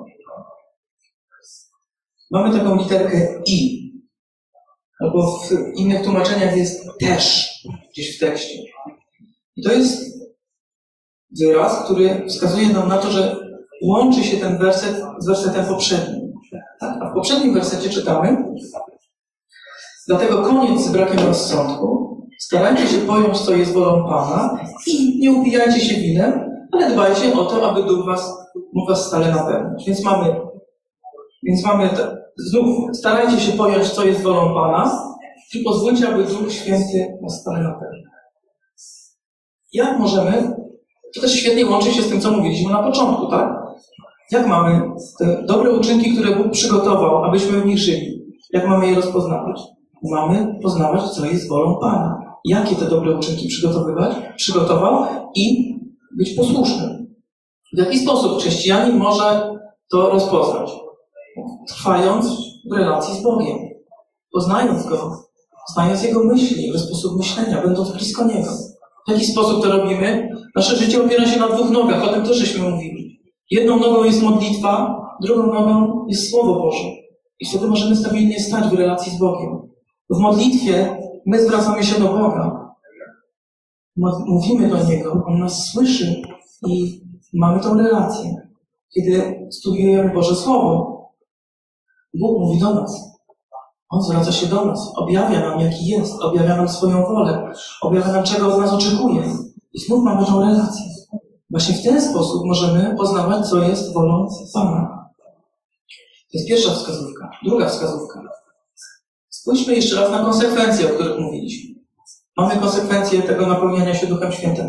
mamy taką literkę I. Albo w innych tłumaczeniach jest też gdzieś w tekście. I to jest wyraz, który wskazuje nam na to, że łączy się ten werset z wersetem poprzednim. Tak? A w poprzednim wersecie czytamy: dlatego koniec z brakiem rozsądku, starajcie się pojąć, co jest wolą Pana i nie upijajcie się winem, ale dbajcie o to, aby Duch mógł was stale napełnić. Więc mamy znów, starajcie się pojąć, co jest wolą Pana i pozwólcie, aby Duch Święty was stale napełnił. Jak możemy, to też świetnie łączy się z tym, co mówiliśmy na początku, tak? Jak mamy te dobre uczynki, które Bóg przygotował, abyśmy w nich żyli? Jak mamy je rozpoznawać? Mamy poznawać, co jest wolą Pana. Jakie te dobre uczynki przygotował i być posłusznym. W jaki sposób chrześcijanin może to rozpoznać? Trwając w relacji z Bogiem, poznając Go, znając Jego myśli, Jego sposób myślenia, będąc blisko Niego. W jaki sposób to robimy? Nasze życie opiera się na dwóch nogach, o tym też żeśmy mówili. Jedną nogą jest modlitwa, drugą nogą jest Słowo Boże. I wtedy możemy stabilnie stać w relacji z Bogiem. W modlitwie my zwracamy się do Boga. Mówimy do Niego, On nas słyszy i mamy tą relację. Kiedy studiujemy Boże Słowo, Bóg mówi do nas. On zwraca się do nas, objawia nam, jaki jest, objawia nam swoją wolę, objawia nam, czego od nas oczekuje. I znów mamy tą relację. Właśnie w ten sposób możemy poznawać, co jest wolą Pana. To jest pierwsza wskazówka. Druga wskazówka. Spójrzmy jeszcze raz na konsekwencje, o których mówiliśmy. Mamy konsekwencje tego napełniania się Duchem Świętym.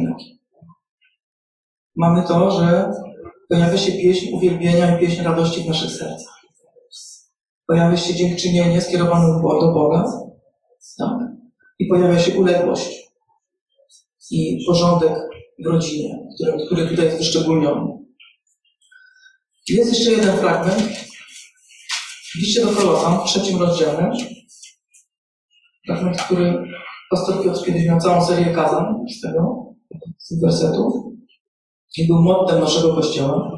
Mamy to, że pojawia się pieśń uwielbienia i pieśń radości w naszych sercach. Pojawia się dziękczynienie skierowane do Boga. Tak? I pojawia się uległość i porządek w rodzinie, który tutaj jest wyszczególniony. Jest jeszcze jeden fragment. Liście do Kolosan w 3 rozdziale. Fragment, który pastor Piotr kiedyś miał całą serię kazań z tych wersetów. I był mottem naszego Kościoła.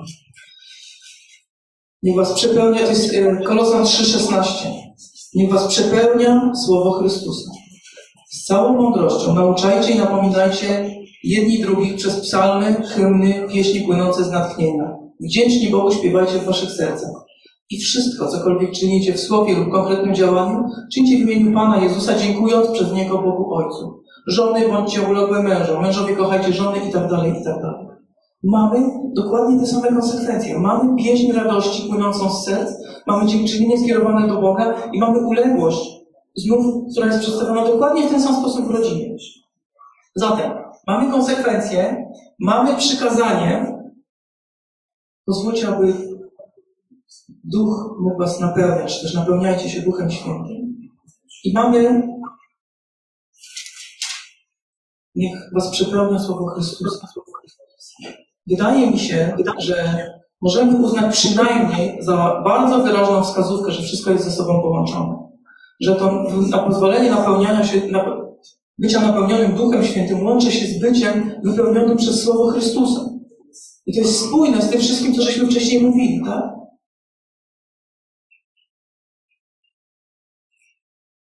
Niech was przepełnia, to jest Kolosan 3,16. Niech was przepełnia Słowo Chrystusa. Z całą mądrością nauczajcie i napominajcie jedni drugich przez psalmy, hymny, pieśni płynące z natchnienia. Wdzięczni Bogu śpiewajcie w waszych sercach. I wszystko, cokolwiek czynicie w słowie lub konkretnym działaniu, czyńcie w imieniu Pana Jezusa, dziękując przez Niego Bogu Ojcu. Żony bądźcie uległe mężom, mężowie kochajcie żony i tak dalej, i tak dalej. Mamy dokładnie te same konsekwencje. Mamy pieśń radości płynącą z serc, mamy dziękczynienie skierowane do Boga i mamy uległość, znów, która jest przedstawiona dokładnie w ten sam sposób w rodzinie. Zatem mamy konsekwencje, mamy przykazanie. Pozwólcie, aby Duch mógł was napełniać, też napełniajcie się Duchem Świętym. I mamy, niech was przepełnia Słowo Chrystusa. Wydaje mi się, że możemy uznać przynajmniej za bardzo wyraźną wskazówkę, że wszystko jest ze sobą połączone. Że to na pozwolenie napełniania się, bycia napełnionym Duchem Świętym łączy się z byciem wypełnionym przez Słowo Chrystusa. I to jest spójne z tym wszystkim, co żeśmy wcześniej mówili, tak?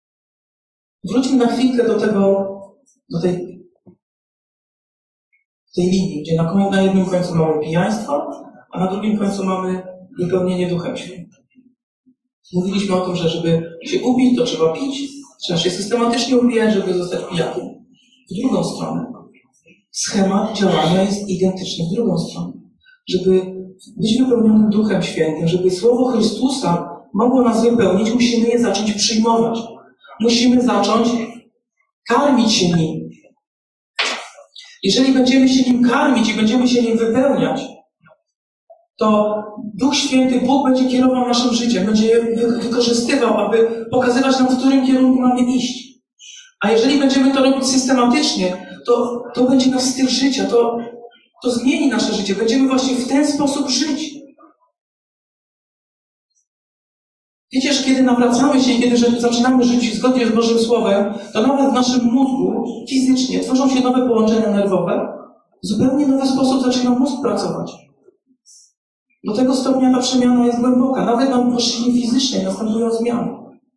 Wróćmy na chwilkę do tej tej linii, gdzie na jednym końcu mamy pijaństwo, a na drugim końcu mamy wypełnienie Duchem Świętym. Mówiliśmy o tym, że żeby się upić, to trzeba pić, trzeba się systematycznie upijać, żeby zostać pijakiem. W drugą stronę schemat działania jest identyczny w drugą stronę. Żeby być wypełnionym Duchem Świętym, żeby Słowo Chrystusa mogło nas wypełnić, musimy je zacząć przyjmować. Musimy zacząć karmić się nim. Jeżeli będziemy się nim karmić i będziemy się nim wypełniać, to Duch Święty, Bóg będzie kierował naszym życiem, będzie je wykorzystywał, aby pokazywać nam, w którym kierunku mamy iść. A jeżeli będziemy to robić systematycznie, to będzie nasz styl życia, to zmieni nasze życie. Będziemy właśnie w ten sposób żyć. Wiecie, że kiedy nawracamy się i kiedy zaczynamy żyć zgodnie z Bożym Słowem, to nawet w naszym mózgu fizycznie tworzą się nowe połączenia nerwowe. W zupełnie nowy sposób zaczyna mózg pracować. Do tego stopnia ta przemiana jest głęboka. Nawet na płaszczyźnie fizycznej następują zmiany.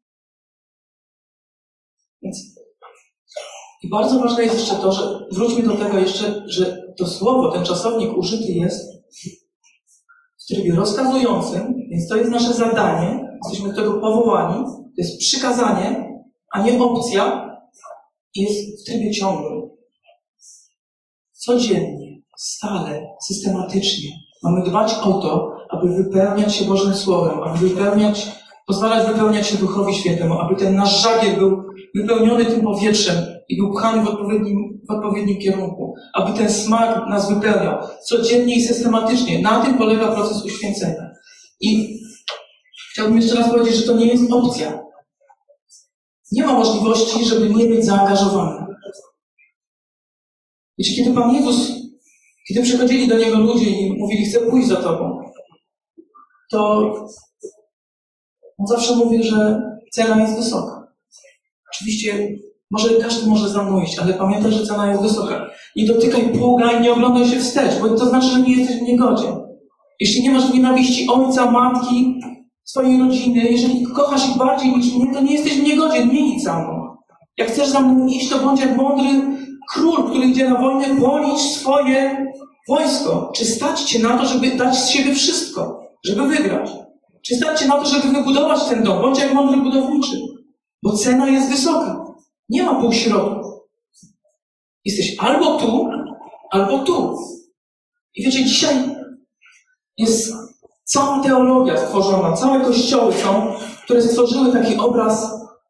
I bardzo ważne jest jeszcze to, że wróćmy do tego jeszcze, że to słowo, ten czasownik użyty jest w trybie rozkazującym, więc to jest nasze zadanie, jesteśmy do tego powołani, to jest przykazanie, a nie opcja, i jest w trybie ciągłym. Codziennie, stale, systematycznie mamy dbać o to, aby wypełniać się Bożym Słowem, aby pozwalać wypełniać się Duchowi Świętemu, aby ten nasz żagiel był wypełniony tym powietrzem i był pchany w odpowiednim kierunku, aby ten smak nas wypełniał codziennie i systematycznie. Na tym polega proces uświęcenia. I chciałbym jeszcze raz powiedzieć, że to nie jest opcja. Nie ma możliwości, żeby nie być zaangażowanym. Wiecie, kiedy Pan Jezus, kiedy przychodzili do Niego ludzie i mówili, chcę pójść za Tobą, to On zawsze mówi, że cena jest wysoka. Oczywiście każdy może za mną iść, ale pamiętaj, że cena jest wysoka. Nie dotykaj pługa i nie oglądaj się wstecz, bo to znaczy, że nie jesteś w niegodzie. Jeśli nie masz nienawiści ojca, matki, swojej rodziny, jeżeli kochasz ich bardziej niż mnie, to nie jesteś w niegodzie, nie idź za mną. Jak chcesz za mną iść, to bądź jak mądry król, który idzie na wojnę, policz swoje wojsko. Czy stać cię na to, żeby dać z siebie wszystko, żeby wygrać? Czy stać cię na to, żeby wybudować ten dom? Bądź jak mądry budowniczy. Bo cena jest wysoka. Nie ma półśrodku. Jesteś albo tu, albo tu. I wiecie, dzisiaj jest cała teologia stworzona, całe kościoły są, które stworzyły taki obraz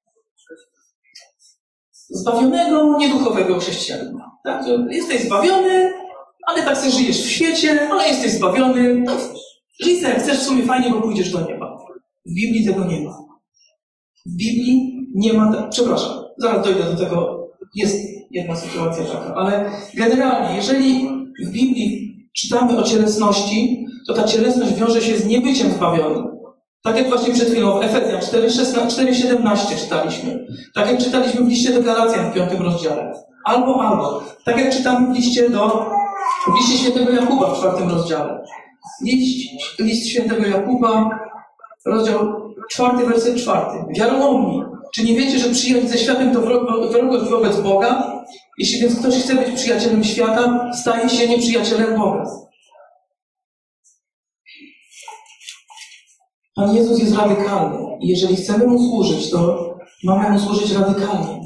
zbawionego, nieduchowego chrześcijanina. Tak? Jesteś zbawiony, ale tak sobie żyjesz w świecie, ale jesteś zbawiony. Tak, żyj sobie jak chcesz, w sumie fajnie, bo pójdziesz do nieba. W Biblii tego nie ma. W Biblii nie ma... Przepraszam, zaraz dojdę do tego. Jest jedna sytuacja taka, ale generalnie, jeżeli w Biblii czytamy o cielesności, to ta cielesność wiąże się z niebyciem zbawionym. Tak jak właśnie przed chwilą w Efezjan 4:17 czytaliśmy. Tak jak czytaliśmy w liście do Galacjan w 5 rozdziale. Albo. Tak jak czytamy w liście świętego Jakuba w 4 rozdziale. List świętego Jakuba, rozdział 4, werset 4. Wiarołomni, czy nie wiecie, że przyjaźń ze światem to wrogość wobec Boga? Jeśli więc ktoś chce być przyjacielem świata, staje się nieprzyjacielem Boga. Pan Jezus jest radykalny i jeżeli chcemy Mu służyć, to mamy Mu służyć radykalnie.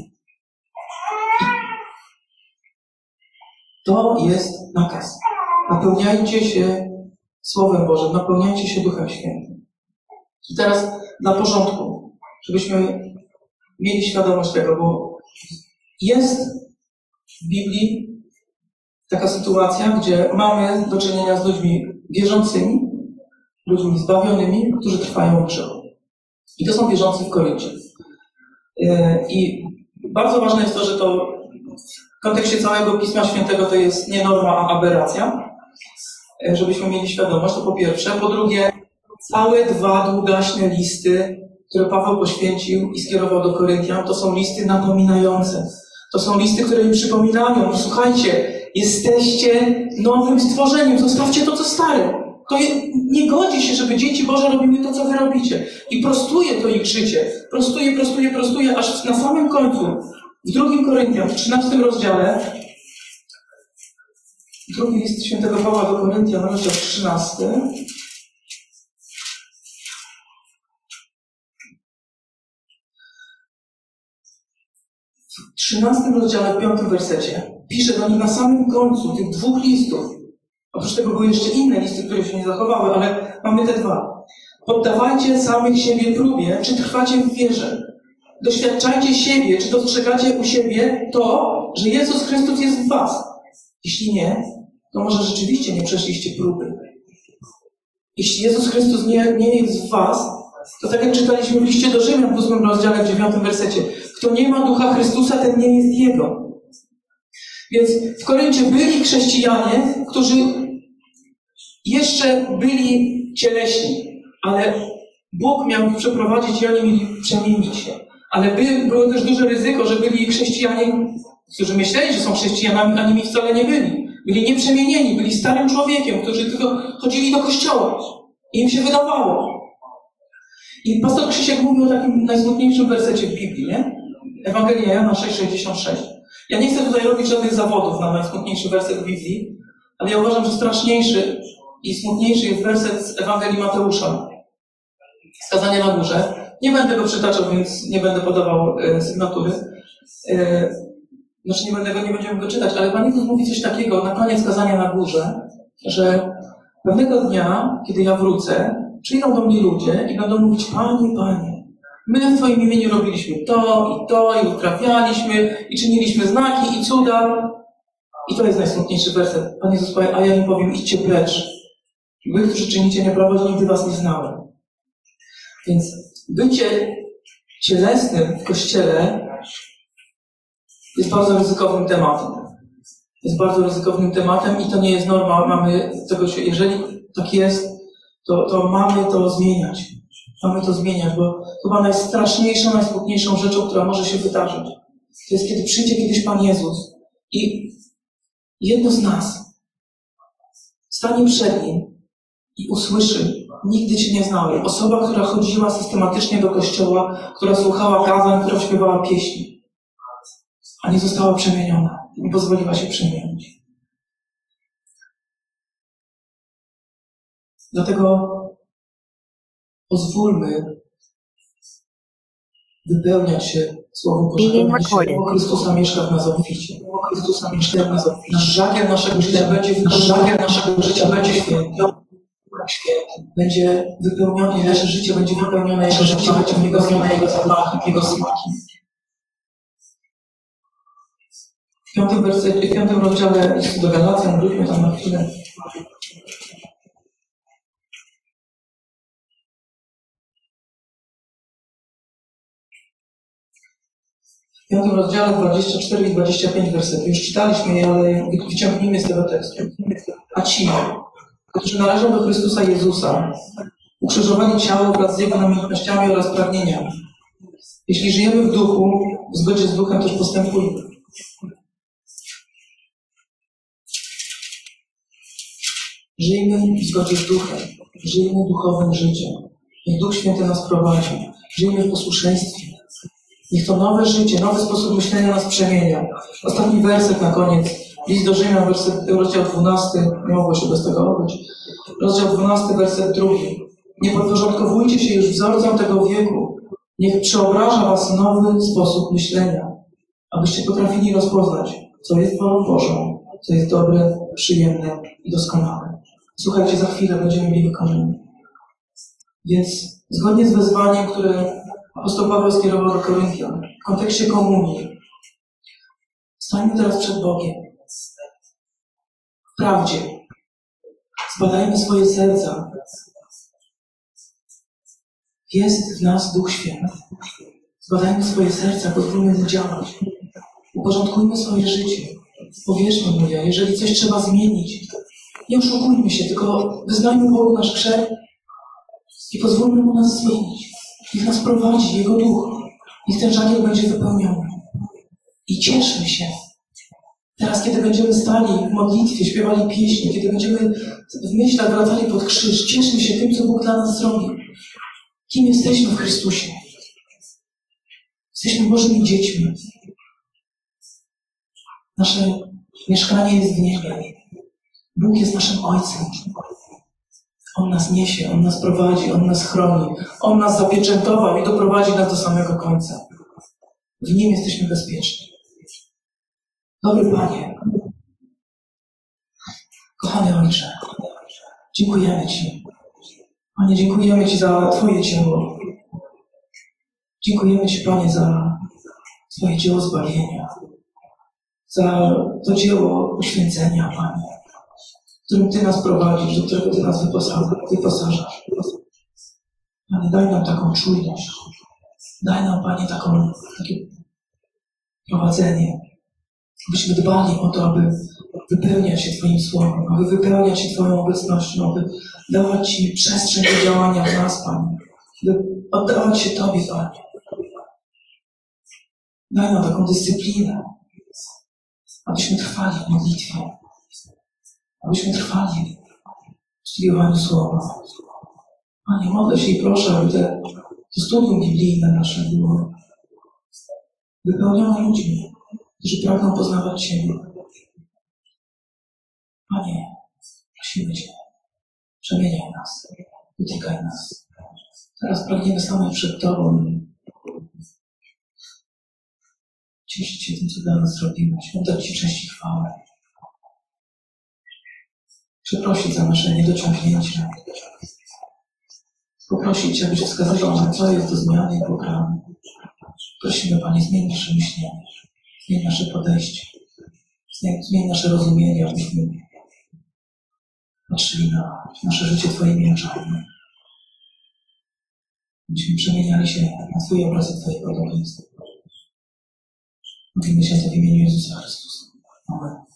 To jest nakaz. Napełniajcie się Słowem Bożym, napełniajcie się Duchem Świętym. I teraz dla porządku, żebyśmy mieli świadomość tego, bo jest w Biblii taka sytuacja, gdzie mamy do czynienia z ludźmi wierzącymi, ludźmi zbawionymi, którzy trwają w grzechu. I to są wierzący w Koryncie. I bardzo ważne jest to, że to w kontekście całego Pisma Świętego to jest nie norma, a aberracja. Żebyśmy mieli świadomość, to po pierwsze. Po drugie, całe 2 długaśne listy, które Paweł poświęcił i skierował do Koryntian, to są listy napominające. To są listy, które im przypominają, słuchajcie, jesteście nowym stworzeniem, zostawcie to, co stare. To nie godzi się, żeby dzieci Boże robiły to, co wy robicie. I prostuje to ich życie. Prostuje, aż na samym końcu, w 2 Koryntian, w 13 rozdziale, Drugi list świętego Pawła do Koryntian, rozdział 13. W 13 rozdziale, w 5 wersecie pisze do nich na samym końcu tych dwóch listów. Oprócz tego były jeszcze inne listy, które się nie zachowały, ale mamy te dwa. Poddawajcie samych siebie próbie, czy trwacie w wierze. Doświadczajcie siebie, czy dostrzegacie u siebie to, że Jezus Chrystus jest w was. Jeśli nie, to może rzeczywiście nie przeszliście próby. Jeśli Jezus Chrystus nie jest w was, to tak jak czytaliśmy w liście do Rzymian w 8 rozdziale, w 9 wersecie. Kto nie ma Ducha Chrystusa, ten nie jest Jego. Więc w Koryncie byli chrześcijanie, którzy jeszcze byli cieleśni, ale Bóg miał ich przeprowadzić i oni mieli przemienić się. Ale było też duże ryzyko, że byli chrześcijanie, którzy myśleli, że są chrześcijanami, a nimi wcale nie byli. Byli nieprzemienieni, byli starym człowiekiem, którzy tylko chodzili do kościoła. I im się wydawało. I pastor Krzysiek mówił o takim najsmutniejszym wersecie w Biblii, nie? Ewangelia Jana 6,66. Ja nie chcę tutaj robić żadnych zawodów na najsmutniejszy werset w Biblii, ale ja uważam, że straszniejszy i smutniejszy jest werset z Ewangelii Mateusza. Skazanie na górze. Nie będę go przytaczał, więc nie będę podawał sygnatury. Znaczy nie będziemy go czytać, ale Pan Jezus mówi coś takiego na koniec kazania na górze, że pewnego dnia, kiedy ja wrócę, przyjdą do mnie ludzie i będą mówić: Panie, Panie, my w Twoim imieniu robiliśmy to, i utrafialiśmy, i czyniliśmy znaki, i cuda. I to jest najsmutniejszy werset. Pan Jezus powie, a ja im powiem: idźcie precz. Wy, którzy czynicie nieprawo, nigdy was nie znałem. Więc bycie cielesnym w Kościele jest bardzo ryzykownym tematem. Jest bardzo ryzykownym tematem i to nie jest norma. Mamy tego, jeżeli tak jest, to mamy to zmieniać. Mamy to zmieniać, bo chyba najstraszniejszą, najsmutniejszą rzeczą, która może się wydarzyć, to jest, kiedy przyjdzie kiedyś Pan Jezus i jedno z nas stanie przed Nim i usłyszy: nigdy Cię nie znałem. Osoba, która chodziła systematycznie do kościoła, która słuchała kazań, która śpiewała pieśni, a nie została przemieniona, nie pozwoliła się przemienić. Dlatego pozwólmy wypełniać się Słowem Bożym, bo Chrystusa mieszka w nas obficie. Chrystusa mieszka w nas obficie. Nasz żagiel naszego życia będzie święty. Będzie wypełnione, nasze życie będzie wypełnione Jego życiem, Jego zmianą, Jego zapachem, Jego smakiem. W 5 rozdziale listu do Galacjan, wróćmy tam na chwilę. W 5 rozdziale 24 i 25 wersetów. Już czytaliśmy je, ale wyciągnijmy z tego tekstu. A ci, którzy należą do Chrystusa Jezusa, ukrzyżowali ciało wraz z Jego namiętnościami oraz pragnieniami. Jeśli żyjemy w duchu, w zgodzie z duchem też postępujmy. Żyjmy w zgodzie z duchem. Żyjmy duchowym życiem. Niech Duch Święty nas prowadzi. Żyjmy w posłuszeństwie. Niech to nowe życie, nowy sposób myślenia nas przemienia. Ostatni werset na koniec. List do Rzymian, rozdział 12. Nie mogło się bez tego odbyć. Rozdział 12, werset 2. Nie podporządkowujcie się już wzorcom tego wieku. Niech przeobraża was nowy sposób myślenia, abyście potrafili rozpoznać, co jest wolą Bożą, co jest dobre, przyjemne i doskonałe. Słuchajcie, za chwilę będziemy mieli komunię. Więc zgodnie z wezwaniem, które apostoł Paweł skierował do Koryntian, w kontekście komunii, stańmy teraz przed Bogiem. W prawdzie. Zbadajmy swoje serca. Jest w nas Duch Święty. Zbadajmy swoje serca, pozwólmy Mu działać. Uporządkujmy swoje życie. Powierzmy Mu je. Jeżeli coś trzeba zmienić, nie oszukujmy się, tylko wyznajmy Bogu nasz grzech i pozwólmy Mu nas zmienić. Niech nas prowadzi Jego Duch. Niech ten żagiel będzie wypełniony. I cieszmy się. Teraz, kiedy będziemy stali w modlitwie, śpiewali pieśni, kiedy będziemy w myślach wracali pod krzyż, cieszmy się tym, co Bóg dla nas zrobił. Kim jesteśmy w Chrystusie? Jesteśmy Bożymi dziećmi. Nasze mieszkanie jest w niebie. Bóg jest naszym Ojcem. On nas niesie, On nas prowadzi, On nas chroni. On nas zapieczętował i doprowadzi nas do samego końca. W Nim jesteśmy bezpieczni. Dobry Panie, kochany Ojcze, dziękujemy Ci. Panie, dziękujemy Ci za Twoje dzieło. Dziękujemy Ci, Panie, za Twoje dzieło zbawienia. Za to dzieło uświęcenia, Panie, w którym Ty nas prowadzisz, do którego Ty nas wyposażasz. Panie, daj nam taką czujność. Daj nam, Panie, takie prowadzenie. Abyśmy dbali o to, aby wypełniać się Twoim Słowem, aby wypełniać się Twoją obecnością, aby dawać Ci przestrzeń do działania w nas, Panie. Aby oddawać się Tobie, Panie. Daj nam taką dyscyplinę, abyśmy trwali w modlitwie, abyśmy trwali w studiowaniu Słowa. Panie, modlę się i proszę, aby to studium biblijne nasze było wypełnione ludźmi, którzy pragną poznawać Ciebie. Panie, prosimy Cię, przemieniaj nas, dotykaj nas. Teraz pragniemy stanąć przed Tobą i cieszyć się tym, co dla nas zrobiłeś, oddać Ci cześć i chwałę. Przeprosić za nasze niedociągnięcia. Poprosić Cię, abyś wskazywał nam, co jest do zmiany i poprawy. Prosimy, Panie, zmień nasze myślenie, zmień nasze podejście, zmień nasze rozumienie, abyśmy patrzyli na nasze życie Twoimi oczami. Abyśmy przemieniali się na Twój obraz i Twoje podobieństwo. Modlimy się to w imieniu Jezusa Chrystusa. Amen.